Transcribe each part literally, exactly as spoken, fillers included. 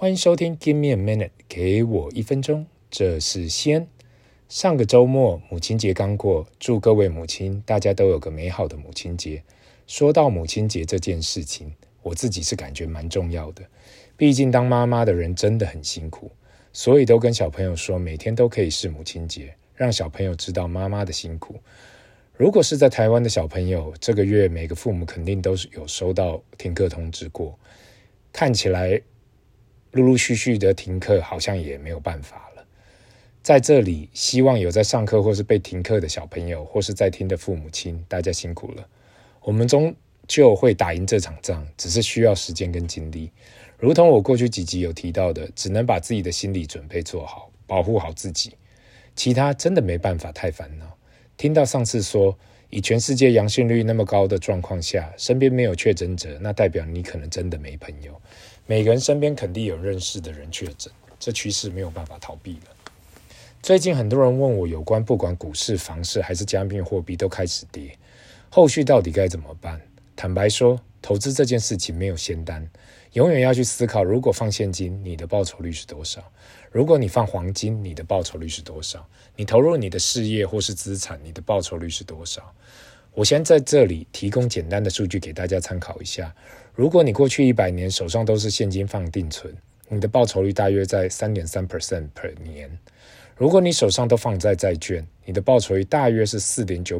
欢迎收听 Give me a minute， 给我一分钟，这是西恩。上个周末母亲节刚过，祝各位母亲大家都有个美好的母亲节。说到母亲节这件事情，我自己是感觉蛮重要的，毕竟当妈妈的人真的很辛苦，所以都跟小朋友说每天都可以是母亲节，让小朋友知道妈妈的辛苦。如果是在台湾的小朋友，这个月每个父母肯定都是有收到停课通知过，看起来陆陆续续的停课好像也没有办法了。在这里希望有在上课或是被停课的小朋友，或是在听的父母亲，大家辛苦了。我们终究会打赢这场仗，只是需要时间跟精力。如同我过去几集有提到的，只能把自己的心理准备做好，保护好自己，其他真的没办法太烦恼。听到上次说以全世界阳性率那么高的状况下，身边没有确诊者，那代表你可能真的没朋友。每个人身边肯定有认识的人确诊，这趋势没有办法逃避了。最近很多人问我有关不管股市、房市还是加密货币都开始跌，后续到底该怎么办？坦白说，投资这件事情没有仙丹，永远要去思考，如果放现金，你的报酬率是多少？如果你放黄金，你的报酬率是多少？你投入你的事业或是资产，你的报酬率是多少？我先在这里提供简单的数据给大家参考一下。如果你过去一百年手上都是现金放定存，你的报酬率大约在 百分之三点三 per 年。如果你手上都放在债券，你的报酬率大约是 百分之四点九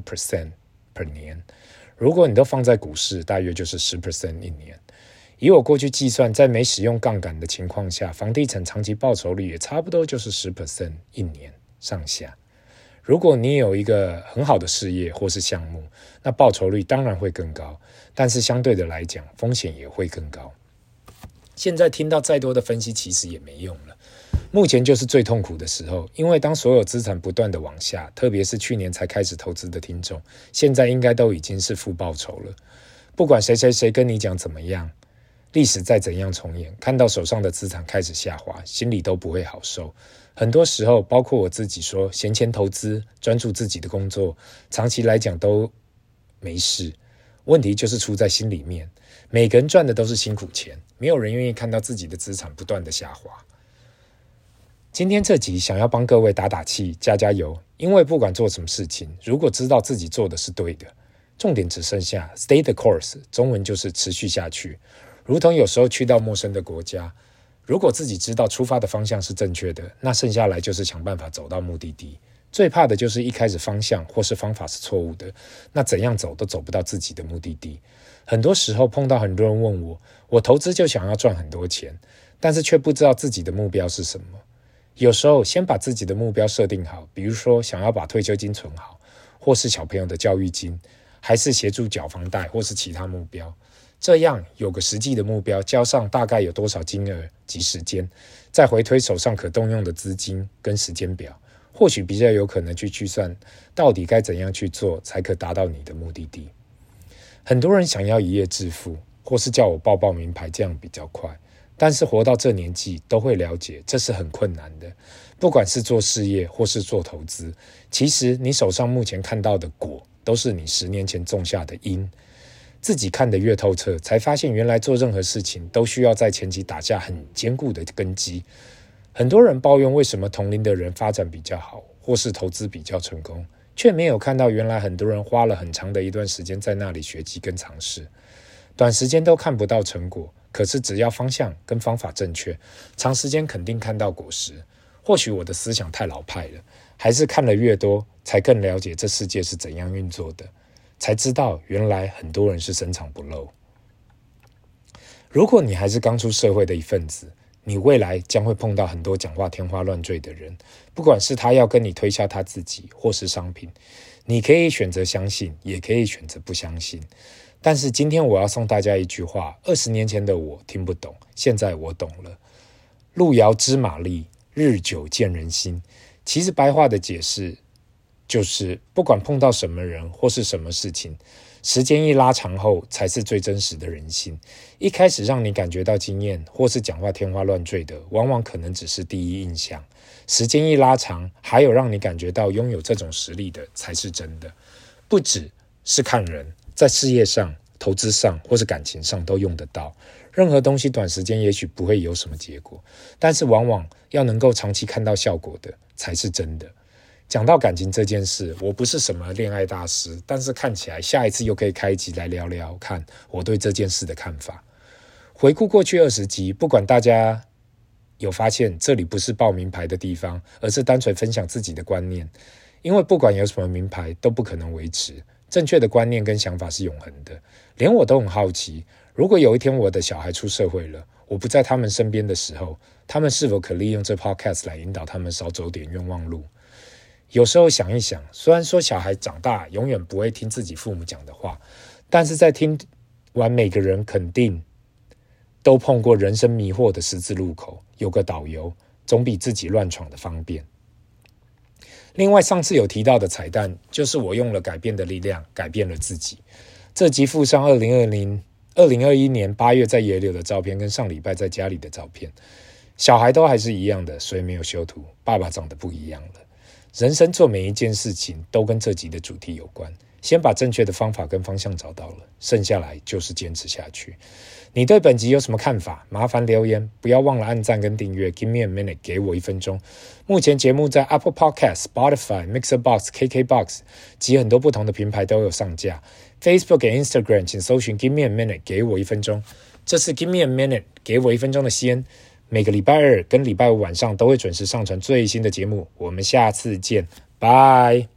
per 年。如果你都放在股市，大约就是 百分之十 一年。以我过去计算，在没使用杠杆的情况下，房地产长期报酬率也差不多就是 百分之十 一年上下。如果你有一个很好的事业或是项目，那报酬率当然会更高，但是相对的来讲，风险也会更高。现在听到再多的分析其实也没用了，目前就是最痛苦的时候，因为当所有资产不断的往下，特别是去年才开始投资的听众，现在应该都已经是负报酬了。不管谁谁谁跟你讲怎么样，历史再怎样重演，看到手上的资产开始下滑，心里都不会好受。很多时候，包括我自己说，闲钱投资，专注自己的工作，长期来讲都没事。问题就是出在心里面，每个人赚的都是辛苦钱，没有人愿意看到自己的资产不断的下滑。今天这集想要帮各位打打气，加加油，因为不管做什么事情，如果知道自己做的是对的，重点只剩下 stay the course， 中文就是持续下去。如同有时候去到陌生的国家，如果自己知道出发的方向是正确的，那剩下来就是想办法走到目的地。最怕的就是一开始方向或是方法是错误的，那怎样走都走不到自己的目的地。很多时候碰到很多人问我，我投资就想要赚很多钱，但是却不知道自己的目标是什么。有时候先把自己的目标设定好，比如说想要把退休金存好，或是小朋友的教育金，还是协助缴房贷，或是其他目标。这样有个实际的目标，加上大概有多少金额及时间，再回推手上可动用的资金跟时间表，或许比较有可能去计算到底该怎样去做才可达到你的目的地。很多人想要一夜致富，或是叫我报报名牌，这样比较快，但是活到这年纪都会了解这是很困难的。不管是做事业或是做投资，其实你手上目前看到的果都是你十年前种下的因。自己看得越透彻，才发现原来做任何事情都需要在前期打下很坚固的根基。很多人抱怨为什么同龄的人发展比较好，或是投资比较成功，却没有看到原来很多人花了很长的一段时间在那里学习跟尝试，短时间都看不到成果，可是只要方向跟方法正确，长时间肯定看到果实。或许我的思想太老派了，还是看了越多，才更了解这世界是怎样运作的，才知道原来很多人是深藏不露。如果你还是刚出社会的一份子，你未来将会碰到很多讲话天花乱坠的人，不管是他要跟你推销他自己或是商品，你可以选择相信，也可以选择不相信。但是今天我要送大家一句话，二十年前的我听不懂，现在我懂了。路遥知马力，日久见人心。其实白话的解释就是不管碰到什么人或是什么事情，时间一拉长后才是最真实的人性。一开始让你感觉到惊艳或是讲话天花乱坠的，往往可能只是第一印象。时间一拉长，还有让你感觉到拥有这种实力的才是真的。不只是看人，在事业上投资上或是感情上都用得到。任何东西短时间也许不会有什么结果，但是往往要能够长期看到效果的才是真的。讲到感情这件事，我不是什么恋爱大师，但是看起来下一次又可以开一集来聊聊看我对这件事的看法。回顾过去二十集，不管大家有发现这里不是报名牌的地方，而是单纯分享自己的观念，因为不管有什么名牌都不可能维持，正确的观念跟想法是永恒的。连我都很好奇，如果有一天我的小孩出社会了，我不在他们身边的时候，他们是否可利用这 podcast 来引导他们少走点冤枉路。有时候想一想，虽然说小孩长大永远不会听自己父母讲的话，但是在听完每个人肯定都碰过人生迷惑的十字路口，有个导游总比自己乱闯的方便。另外上次有提到的彩蛋，就是我用了改变的力量改变了自己。这集附上二零二一年八月在野柳的照片跟上礼拜在家里的照片，小孩都还是一样的，所以没有修图，爸爸长得不一样了。人生做每一件事情都跟这集的主题有关，先把正确的方法跟方向找到了，剩下来就是坚持下去。你对本集有什么看法？麻烦留言，不要忘了按赞跟订阅 Give me a minute 给我一分钟。目前节目在 Apple Podcast、Spotify、Mixerbox、K K Box 及很多不同的平台都有上架。Facebook 给 Instagram 请搜寻 Give me a minute 给我一分钟。这是 Give me a minute 给我一分钟的西恩，每个礼拜二跟礼拜五晚上都会准时上传最新的节目。我们下次见，拜。